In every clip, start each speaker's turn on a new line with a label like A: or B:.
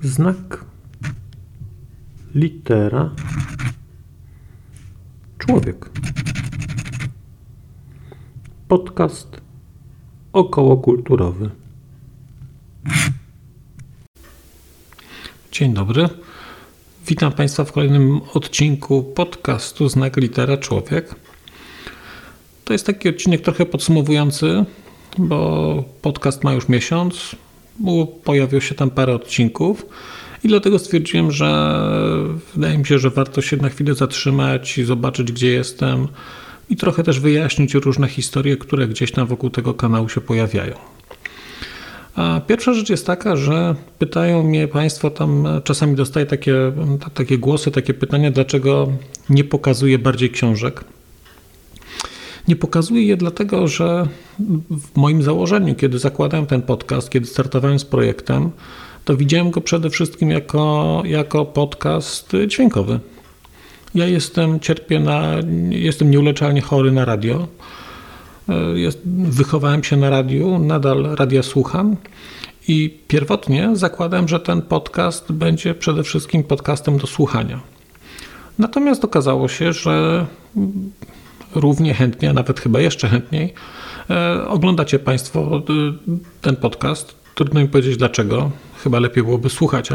A: Znak, litera, człowiek. Podcast okołokulturowy. Dzień dobry. Witam Państwa w kolejnym odcinku podcastu Znak, litera, człowiek. To jest taki odcinek trochę podsumowujący, bo podcast ma już miesiąc. Pojawiło się tam parę odcinków i dlatego stwierdziłem, że wydaje mi się, że warto się na chwilę zatrzymać i zobaczyć, gdzie jestem i trochę też wyjaśnić różne historie, które gdzieś tam wokół tego kanału się pojawiają. A pierwsza rzecz jest taka, że pytają mnie Państwo, tam czasami dostaję takie głosy, takie pytania, dlaczego nie pokazuję bardziej książek. Nie pokazuję je dlatego, że w moim założeniu, kiedy zakładałem ten podcast, kiedy startowałem z projektem, to widziałem go przede wszystkim jako podcast dźwiękowy. Ja jestem nieuleczalnie chory na radio. Wychowałem się na radiu, nadal radia słucham i pierwotnie zakładałem, że ten podcast będzie przede wszystkim podcastem do słuchania. Natomiast okazało się, że równie chętnie, a nawet chyba jeszcze chętniej oglądacie Państwo ten podcast. Trudno mi powiedzieć dlaczego. Chyba lepiej byłoby słuchać,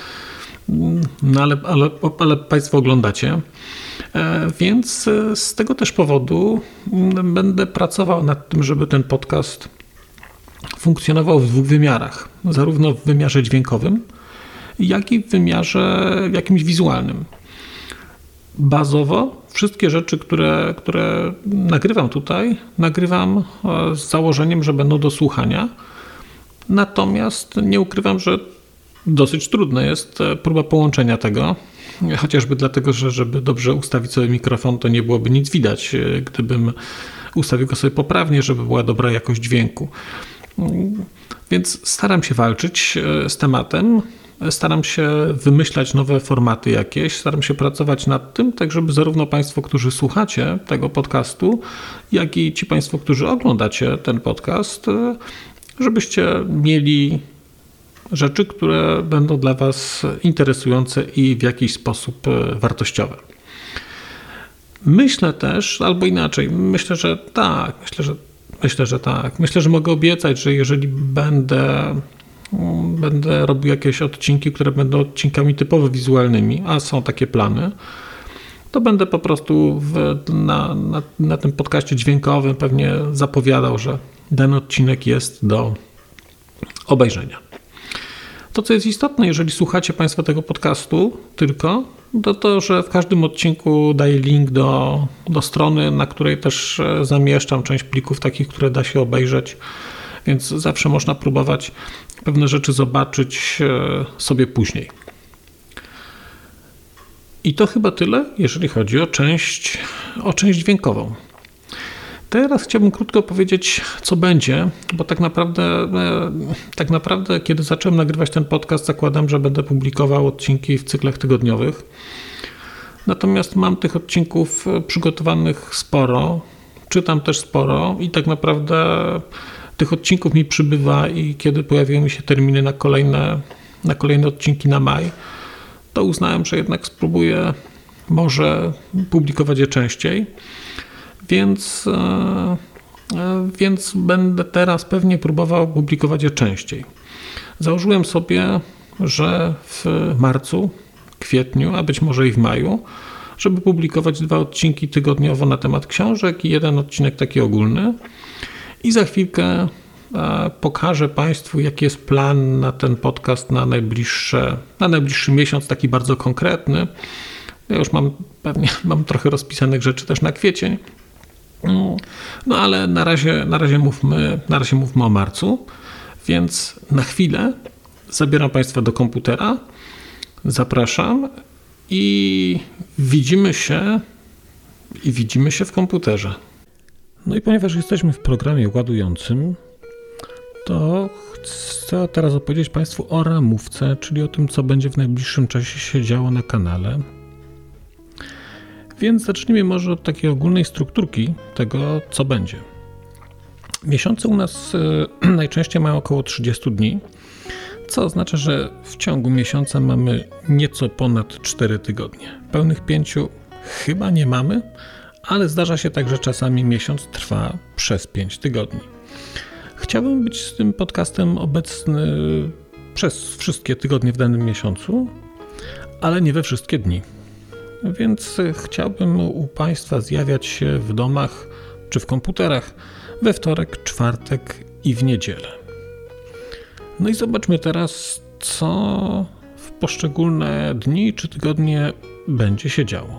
A: ale Państwo oglądacie. Więc z tego też powodu będę pracował nad tym, żeby ten podcast funkcjonował w dwóch wymiarach. Zarówno w wymiarze dźwiękowym, jak i w wymiarze jakimś wizualnym. Bazowo wszystkie rzeczy, które nagrywam tutaj, nagrywam z założeniem, że będą do słuchania. Natomiast nie ukrywam, że dosyć trudna jest próba połączenia tego. Chociażby dlatego, że żeby dobrze ustawić sobie mikrofon, to nie byłoby nic widać, gdybym ustawił go sobie poprawnie, żeby była dobra jakość dźwięku. Więc staram się walczyć z tematem. Staram się wymyślać nowe formaty jakieś, staram się pracować nad tym, tak żeby zarówno Państwo, którzy słuchacie tego podcastu, jak i ci Państwo, którzy oglądacie ten podcast, żebyście mieli rzeczy, które będą dla Was interesujące i w jakiś sposób wartościowe. Myślę też, albo inaczej, myślę, że tak. Myślę, że mogę obiecać, że jeżeli będę robił jakieś odcinki, które będą odcinkami typowo wizualnymi, a są takie plany, to będę po prostu na tym podcaście dźwiękowym pewnie zapowiadał, że dany odcinek jest do obejrzenia. To, co jest istotne, jeżeli słuchacie Państwo tego podcastu tylko, to że w każdym odcinku daję link do strony, na której też zamieszczam część plików takich, które da się obejrzeć, więc zawsze można próbować pewne rzeczy zobaczyć sobie później. I to chyba tyle, jeżeli chodzi o część dźwiękową. Teraz chciałbym krótko powiedzieć, co będzie, bo tak naprawdę kiedy zacząłem nagrywać ten podcast, zakładam, że będę publikował odcinki w cyklach tygodniowych. Natomiast mam tych odcinków przygotowanych sporo, czytam też sporo i tak naprawdę tych odcinków mi przybywa i kiedy pojawiły mi się terminy na kolejne odcinki na maj, to uznałem, że jednak spróbuję może publikować je częściej. Więc będę teraz pewnie próbował publikować je częściej. Założyłem sobie, że w marcu, kwietniu, a być może i w maju, żeby publikować 2 odcinki tygodniowo na temat książek i 1 odcinek taki ogólny. I za chwilkę pokażę Państwu, jaki jest plan na ten podcast na najbliższy miesiąc, taki bardzo konkretny. Ja już mam trochę rozpisanych rzeczy też na kwiecień. No ale na razie mówmy o marcu, więc na chwilę zabieram Państwa do komputera, zapraszam i widzimy się w komputerze. No i ponieważ jesteśmy w programie ładującym, to chcę teraz opowiedzieć Państwu o ramówce, czyli o tym, co będzie w najbliższym czasie się działo na kanale. Więc zacznijmy może od takiej ogólnej strukturki tego, co będzie. Miesiące u nas najczęściej mają około 30 dni. Co oznacza, że w ciągu miesiąca mamy nieco ponad 4 tygodnie. Pełnych 5 chyba nie mamy, ale zdarza się tak, że czasami miesiąc trwa przez 5 tygodni. Chciałbym być z tym podcastem obecny przez wszystkie tygodnie w danym miesiącu, ale nie we wszystkie dni. Więc chciałbym u Państwa zjawiać się w domach czy w komputerach we wtorek, czwartek i w niedzielę. No i zobaczmy teraz, co w poszczególne dni czy tygodnie będzie się działo.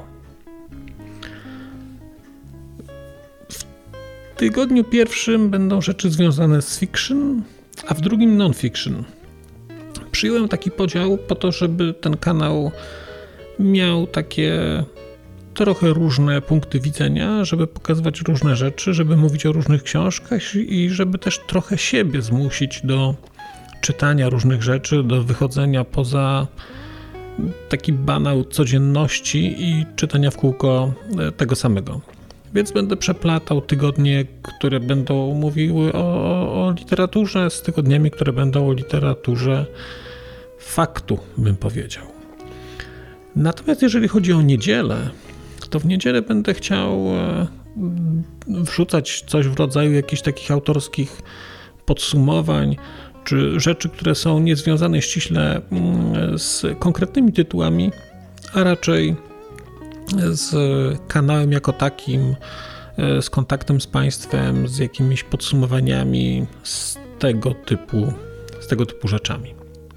A: W tygodniu pierwszym będą rzeczy związane z fiction, a w drugim non-fiction. Przyjąłem taki podział po to, żeby ten kanał miał takie trochę różne punkty widzenia, żeby pokazywać różne rzeczy, żeby mówić o różnych książkach i żeby też trochę siebie zmusić do czytania różnych rzeczy, do wychodzenia poza taki banał codzienności i czytania w kółko tego samego. Więc będę przeplatał tygodnie, które będą mówiły o literaturze, z tygodniami, które będą o literaturze faktu, bym powiedział. Natomiast jeżeli chodzi o niedzielę, to w niedzielę będę chciał wrzucać coś w rodzaju jakichś takich autorskich podsumowań, czy rzeczy, które są niezwiązane ściśle z konkretnymi tytułami, a raczej z kanałem jako takim, z kontaktem z Państwem, z jakimiś podsumowaniami, z tego typu rzeczami.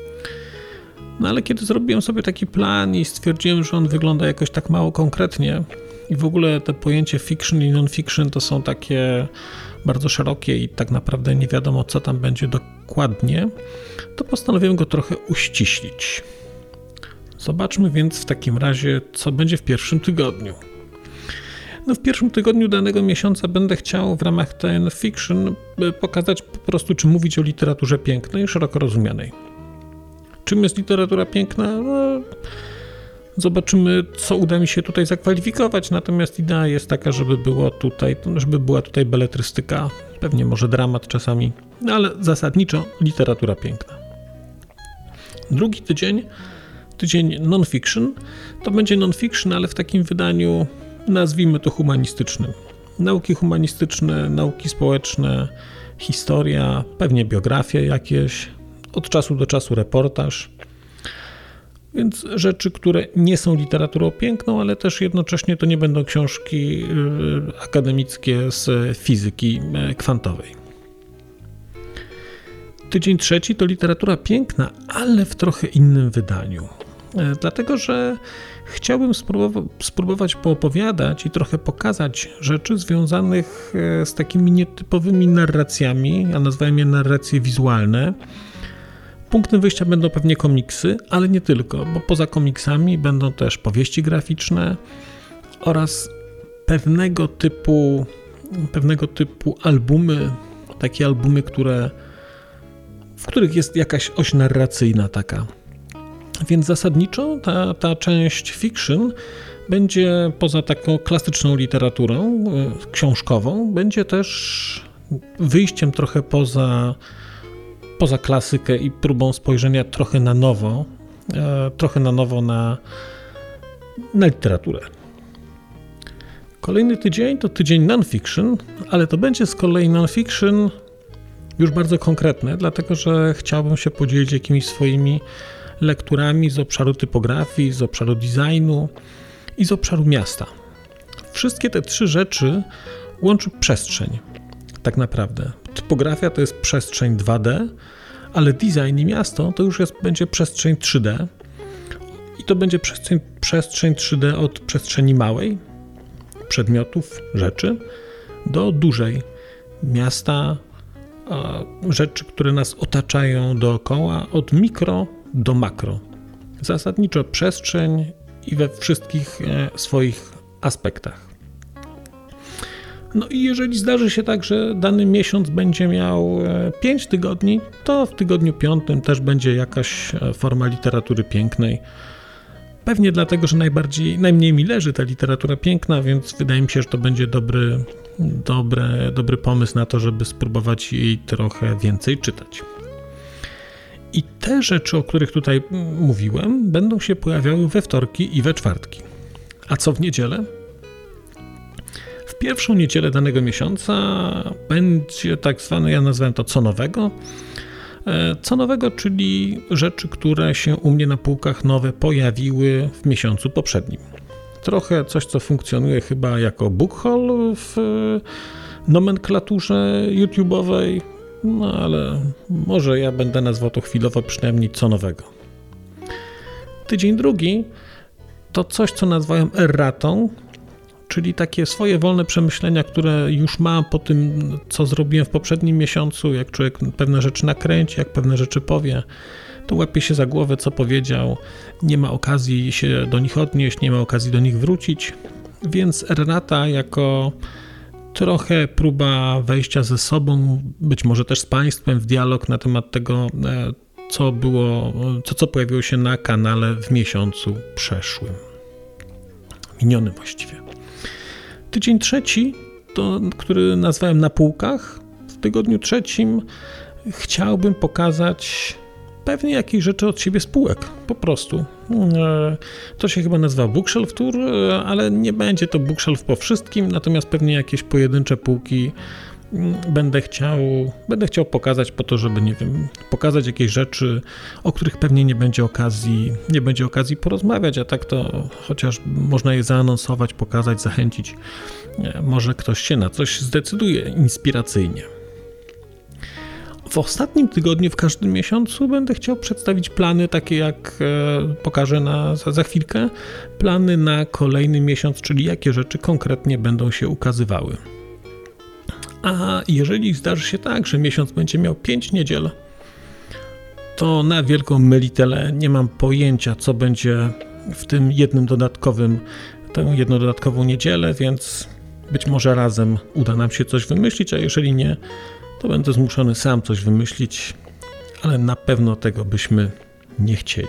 A: No ale kiedy zrobiłem sobie taki plan i stwierdziłem, że on wygląda jakoś tak mało konkretnie i w ogóle te pojęcie fiction i non-fiction to są takie bardzo szerokie i tak naprawdę nie wiadomo, co tam będzie dokładnie, to postanowiłem go trochę uściślić. Zobaczmy więc w takim razie, co będzie w pierwszym tygodniu. No w pierwszym tygodniu danego miesiąca będę chciał w ramach ten fiction pokazać po prostu, czy mówić o literaturze pięknej, szeroko rozumianej. Czym jest literatura piękna? No, zobaczymy, co uda mi się tutaj zakwalifikować, natomiast idea jest taka, żeby była tutaj beletrystyka, pewnie może dramat czasami, no ale zasadniczo literatura piękna. Drugi tydzień non-fiction, to będzie non-fiction, ale w takim wydaniu, nazwijmy to humanistycznym. Nauki humanistyczne, nauki społeczne, historia, pewnie biografie jakieś, od czasu do czasu reportaż. Więc rzeczy, które nie są literaturą piękną, ale też jednocześnie to nie będą książki akademickie z fizyki kwantowej. Tydzień trzeci to literatura piękna, ale w trochę innym wydaniu. Dlatego, że chciałbym spróbować poopowiadać i trochę pokazać rzeczy związanych z takimi nietypowymi narracjami, a nazwałem je narracje wizualne. Punktem wyjścia będą pewnie komiksy, ale nie tylko, bo poza komiksami będą też powieści graficzne oraz pewnego typu albumy, takie albumy, w których jest jakaś oś narracyjna taka. Więc zasadniczo ta część fiction będzie poza taką klasyczną literaturą książkową, będzie też wyjściem trochę poza klasykę i próbą spojrzenia trochę na nowo na literaturę. Kolejny tydzień to tydzień non-fiction, ale to będzie z kolei non-fiction już bardzo konkretne, dlatego że chciałbym się podzielić jakimiś swoimi lekturami z obszaru typografii, z obszaru designu i z obszaru miasta. Wszystkie te trzy rzeczy łączy przestrzeń, tak naprawdę. Typografia to jest przestrzeń 2D, ale design i miasto to już będzie przestrzeń 3D i to będzie przestrzeń 3D od przestrzeni małej, przedmiotów, rzeczy, do dużej, miasta, rzeczy, które nas otaczają dookoła, od mikro do makro. Zasadniczo przestrzeń i we wszystkich swoich aspektach. No i jeżeli zdarzy się tak, że dany miesiąc będzie miał 5 tygodni, to w tygodniu 5 też będzie jakaś forma literatury pięknej. Pewnie dlatego, że najmniej mi leży ta literatura piękna, więc wydaje mi się, że to będzie dobry pomysł na to, żeby spróbować jej trochę więcej czytać. I te rzeczy, o których tutaj mówiłem, będą się pojawiały we wtorki i we czwartki. A co w niedzielę? W pierwszą niedzielę danego miesiąca będzie tak zwane, ja nazwałem to co nowego. Co nowego, czyli rzeczy, które się u mnie na półkach nowe pojawiły w miesiącu poprzednim. Trochę coś, co funkcjonuje chyba jako book haul w nomenklaturze YouTube'owej, no ale może ja będę nazwał to chwilowo przynajmniej co nowego. Tydzień drugi to coś, co nazwałem erratą, czyli takie swoje wolne przemyślenia, które już mam po tym, co zrobiłem w poprzednim miesiącu, jak człowiek pewne rzeczy nakręci, jak pewne rzeczy powie, to łapie się za głowę, co powiedział, nie ma okazji się do nich odnieść, nie ma okazji do nich wrócić, więc errata jako trochę próba wejścia ze sobą, być może też z Państwem w dialog na temat tego, co pojawiło się na kanale w miesiącu przeszłym, minionym właściwie. Tydzień trzeci, który nazwałem na półkach, w tygodniu trzecim chciałbym pokazać pewnie jakieś rzeczy od siebie z półek, po prostu. To się chyba nazywa Bookshelf Tour, ale nie będzie to bookshelf po wszystkim, natomiast pewnie jakieś pojedyncze półki będę chciał pokazać po to, żeby, nie wiem, pokazać jakieś rzeczy, o których pewnie nie będzie okazji porozmawiać, a tak to chociaż można je zaanonsować, pokazać, zachęcić. Może ktoś się na coś zdecyduje inspiracyjnie. W ostatnim tygodniu, w każdym miesiącu będę chciał przedstawić plany, takie jak pokażę za chwilkę, plany na kolejny miesiąc, czyli jakie rzeczy konkretnie będą się ukazywały. A jeżeli zdarzy się tak, że miesiąc będzie miał 5 niedziel, to na wielką melitelę nie mam pojęcia, co będzie w tym tę jedną dodatkową niedzielę, więc być może razem uda nam się coś wymyślić, a jeżeli nie, to będę zmuszony sam coś wymyślić, ale na pewno tego byśmy nie chcieli.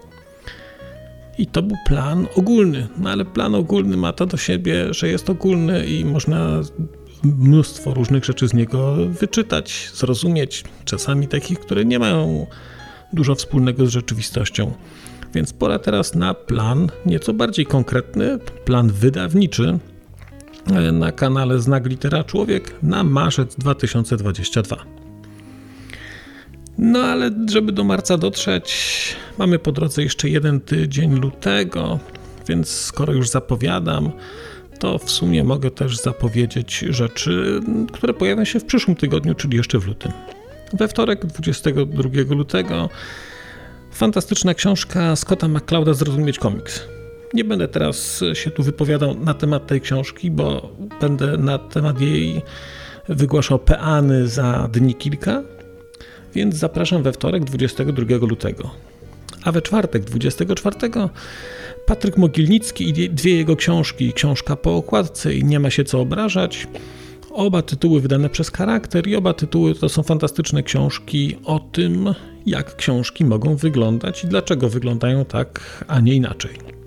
A: I to był plan ogólny, no ale plan ogólny ma to do siebie, że jest ogólny i można mnóstwo różnych rzeczy z niego wyczytać, zrozumieć, czasami takich, które nie mają dużo wspólnego z rzeczywistością. Więc pora teraz na plan nieco bardziej konkretny, plan wydawniczy na kanale Znak Litera Człowiek na marzec 2022. No ale żeby do marca dotrzeć, mamy po drodze jeszcze jeden tydzień lutego, więc skoro już zapowiadam, to w sumie mogę też zapowiedzieć rzeczy, które pojawią się w przyszłym tygodniu, czyli jeszcze w lutym. We wtorek, 22 lutego, fantastyczna książka Scotta McClouda Zrozumieć komiks. Nie będę teraz się tu wypowiadał na temat tej książki, bo będę na temat jej wygłaszał peany za dni kilka, więc zapraszam we wtorek, 22 lutego. A we czwartek, 24, Patryk Mogilnicki i dwie jego książki, książka po okładce i Nie ma się co obrażać. Oba tytuły wydane przez Charakter i oba tytuły to są fantastyczne książki o tym, jak książki mogą wyglądać i dlaczego wyglądają tak, a nie inaczej.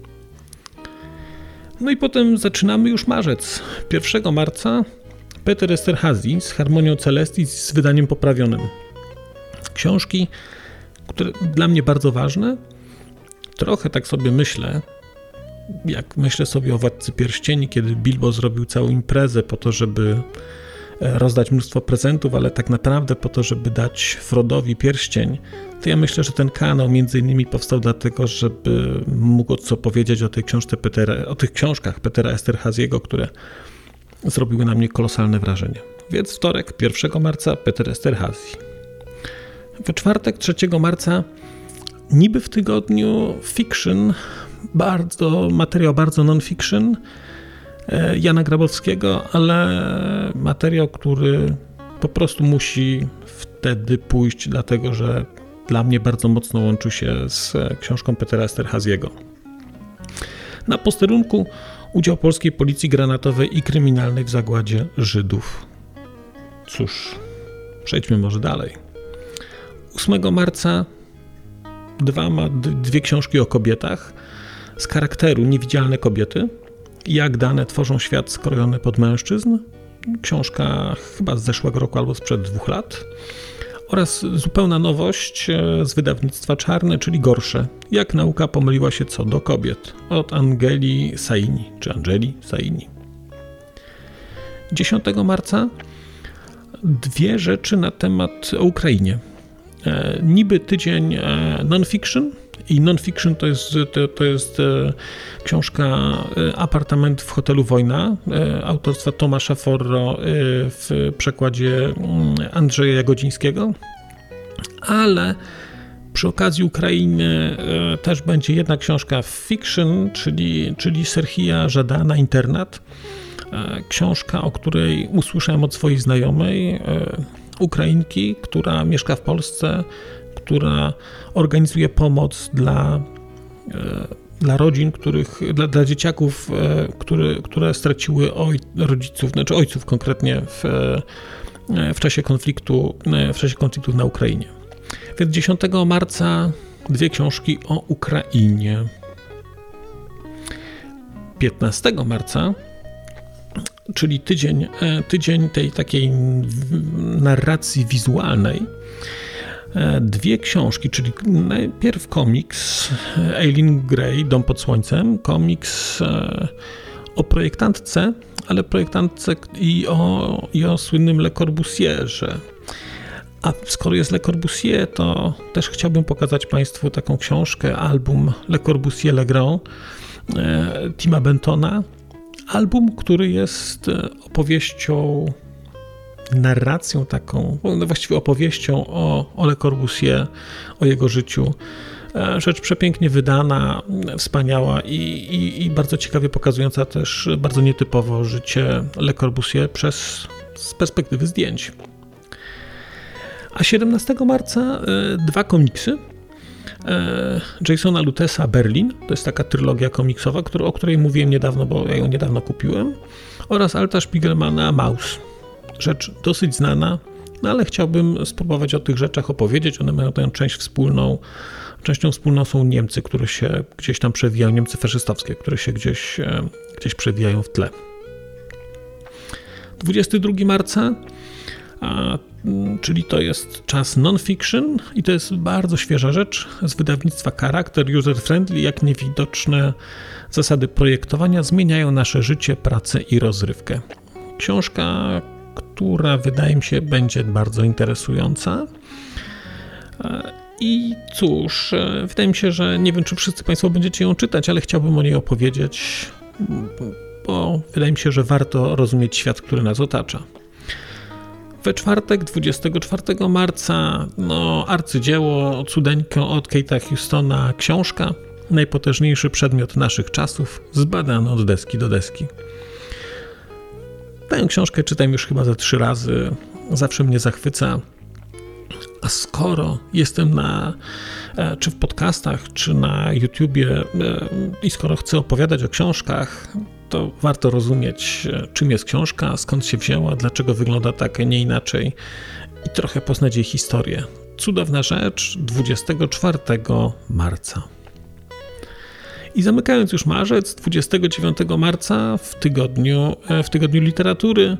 A: No i potem zaczynamy już marzec. 1 marca Peter Esterhazy z Harmonią Celestis z wydaniem poprawionym. Książki, które dla mnie bardzo ważne. Trochę tak sobie myślę, jak myślę sobie o Władcy Pierścieni, kiedy Bilbo zrobił całą imprezę po to, żeby rozdać mnóstwo prezentów, ale tak naprawdę po to, żeby dać Frodowi pierścień, to ja myślę, że ten kanał między innymi powstał dlatego, żeby mógł co powiedzieć o tych książkach Petera Esterhazy'ego, które zrobiły na mnie kolosalne wrażenie. Więc wtorek, 1 marca, Peter Esterhazy. We czwartek, 3 marca, niby w tygodniu fiction, materiał bardzo non-fiction Jana Grabowskiego, ale materiał, który po prostu musi wtedy pójść, dlatego że dla mnie bardzo mocno łączy się z książką Petera Esterhazy'ego. Na posterunku udział polskiej policji granatowej i kryminalnej w zagładzie Żydów. Cóż, przejdźmy może dalej. 8 marca dwie książki o kobietach z Charakteru Niewidzialne kobiety. Jak dane tworzą świat skrojony pod mężczyzn. Książka chyba z zeszłego roku albo sprzed 2 lat. Oraz zupełna nowość z wydawnictwa Czarne, czyli Gorsze. Jak nauka pomyliła się co do kobiet. Od Angeli Saini. 10 marca dwie rzeczy na temat o Ukrainie. Niby tydzień non-fiction i non-fiction to jest książka Apartament w hotelu Wojna autorstwa Tomasza Forro w przekładzie Andrzeja Jagodzińskiego, ale przy okazji Ukrainy też będzie jedna książka fiction, czyli Serhija Żadana Internat. Książka, o której usłyszałem od swojej znajomej, Ukrainki, która mieszka w Polsce, która organizuje pomoc dla rodzin, dla dzieciaków, które straciły rodziców, znaczy ojców konkretnie w czasie konfliktów na Ukrainie. Więc 10 marca dwie książki o Ukrainie. 15 marca, czyli tydzień tej takiej narracji wizualnej, dwie książki, czyli najpierw komiks Eileen Gray, Dom pod słońcem, komiks o projektantce, ale projektantce i o słynnym Le Corbusierze. A skoro jest Le Corbusier, to też chciałbym pokazać Państwu taką książkę, album Le Corbusier Le Grand Tima Bentona. Album, który jest opowieścią, narracją taką, właściwie opowieścią o Le Corbusier, o jego życiu. Rzecz przepięknie wydana, wspaniała i bardzo ciekawie pokazująca też bardzo nietypowo życie Le Corbusier z perspektywy zdjęć. A 17 marca dwa komiksy. Jasona Lutesa Berlin, to jest taka trylogia komiksowa, o której mówiłem niedawno, bo ja ją niedawno kupiłem, oraz Alta Spiegelmana Maus. Rzecz dosyć znana, no ale chciałbym spróbować o tych rzeczach opowiedzieć. One mają tę część wspólną. Częścią wspólną są Niemcy, które się gdzieś tam przewijają, Niemcy faszystowskie, które się gdzieś przewijają w tle. 22 marca, czyli to jest czas non-fiction i to jest bardzo świeża rzecz z wydawnictwa Charakter User Friendly, jak niewidoczne zasady projektowania zmieniają nasze życie, pracę i rozrywkę. Książka, która wydaje mi się będzie bardzo interesująca. I cóż, wydaje mi się, że nie wiem, czy wszyscy Państwo będziecie ją czytać, ale chciałbym o niej opowiedzieć, bo wydaje mi się, że warto rozumieć świat, który nas otacza. We czwartek, 24 marca, arcydzieło, cudeńko od Kate'a Houstona, książka, najpotężniejszy przedmiot naszych czasów, zbadany od deski do deski. Tę książkę czytam już chyba ze 3 razy, zawsze mnie zachwyca. A skoro jestem czy w podcastach, czy na YouTubie i skoro chcę opowiadać o książkach, to warto rozumieć, czym jest książka, skąd się wzięła, dlaczego wygląda tak, a nie inaczej i trochę poznać jej historię. Cudowna rzecz 24 marca. I zamykając już marzec, 29 marca w tygodniu literatury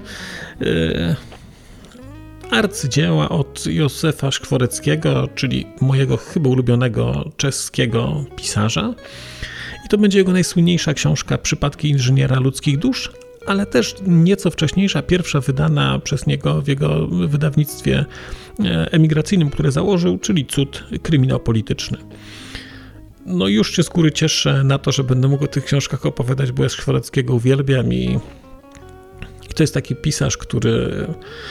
A: arcydzieła od Józefa Szkworeckiego, czyli mojego chyba ulubionego czeskiego pisarza. I to będzie jego najsłynniejsza książka Przypadki inżyniera ludzkich dusz, ale też nieco wcześniejsza, pierwsza wydana przez niego w jego wydawnictwie emigracyjnym, które założył, czyli Cud, kryminał polityczny. No już się z góry cieszę na to, że będę mógł o tych książkach opowiadać, bo ja Szkworeckiego uwielbiam i to jest taki pisarz, który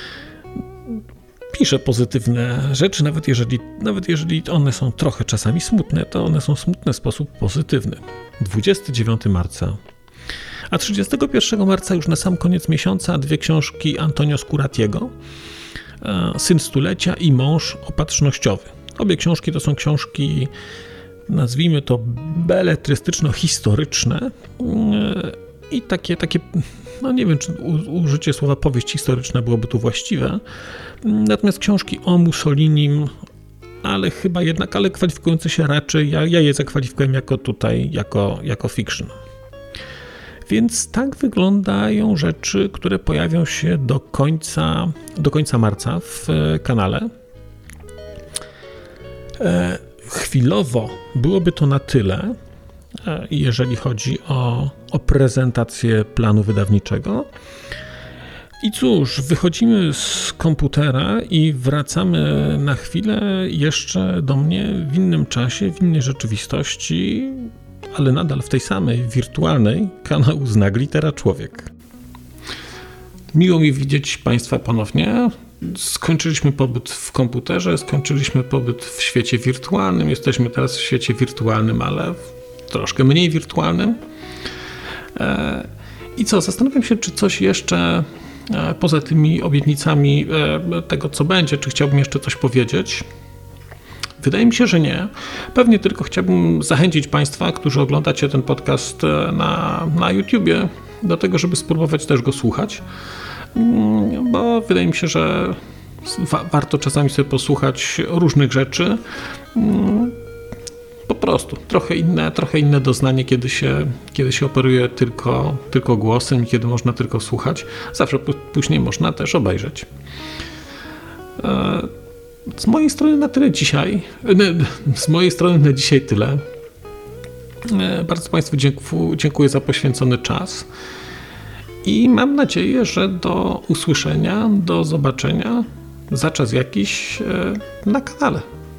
A: pisze pozytywne rzeczy, nawet jeżeli one są trochę czasami smutne, to one są smutne w sposób pozytywny. 29 marca. A 31 marca już na sam koniec miesiąca dwie książki Antonio Scuratiego, Syn stulecia i Mąż opatrznościowy. Obie książki to są książki, nazwijmy to beletrystyczno-historyczne i takie no nie wiem, czy użycie słowa powieść historyczna byłoby tu właściwe, natomiast książki o Mussolinim, ale kwalifikujące się raczej, ja je zakwalifikuję jako fiction. Więc tak wyglądają rzeczy, które pojawią się do końca marca w kanale. Chwilowo byłoby to na tyle, jeżeli chodzi o prezentację planu wydawniczego. I cóż, wychodzimy z komputera i wracamy na chwilę jeszcze do mnie w innym czasie, w innej rzeczywistości, ale nadal w tej samej wirtualnej kanału Znak Litera Człowiek. Miło mi widzieć Państwa ponownie. Skończyliśmy pobyt w komputerze, skończyliśmy pobyt w świecie wirtualnym. Jesteśmy teraz w świecie wirtualnym, ale troszkę mniej wirtualnym. I co, zastanawiam się, czy coś jeszcze poza tymi obietnicami tego, co będzie, czy chciałbym jeszcze coś powiedzieć. Wydaje mi się, że nie. Pewnie tylko chciałbym zachęcić Państwa, którzy oglądacie ten podcast na YouTubie, do tego, żeby spróbować też go słuchać, bo wydaje mi się, że warto czasami sobie posłuchać różnych rzeczy. Po prostu trochę inne doznanie, kiedy się operuje tylko głosem i kiedy można tylko słuchać. Zawsze później można też obejrzeć. Z mojej strony na tyle dzisiaj. Z mojej strony na dzisiaj tyle. Bardzo Państwu dziękuję za poświęcony czas i mam nadzieję, że do usłyszenia, do zobaczenia za czas jakiś na kanale.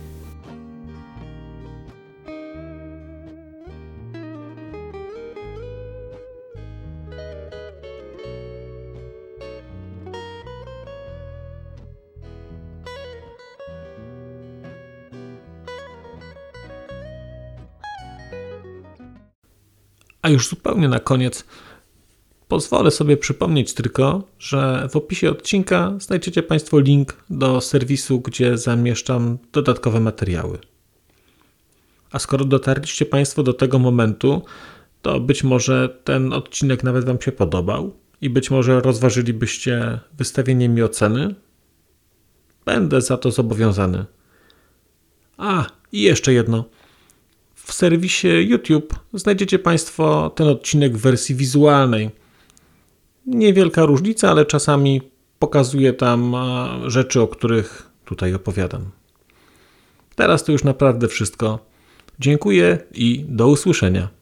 A: A już zupełnie na koniec pozwolę sobie przypomnieć tylko, że w opisie odcinka znajdziecie Państwo link do serwisu, gdzie zamieszczam dodatkowe materiały. A skoro dotarliście Państwo do tego momentu, to być może ten odcinek nawet Wam się podobał i być może rozważylibyście wystawienie mi oceny. Będę za to zobowiązany. I jeszcze jedno. W serwisie YouTube znajdziecie Państwo ten odcinek w wersji wizualnej. Niewielka różnica, ale czasami pokazuję tam rzeczy, o których tutaj opowiadam. Teraz to już naprawdę wszystko. Dziękuję i do usłyszenia.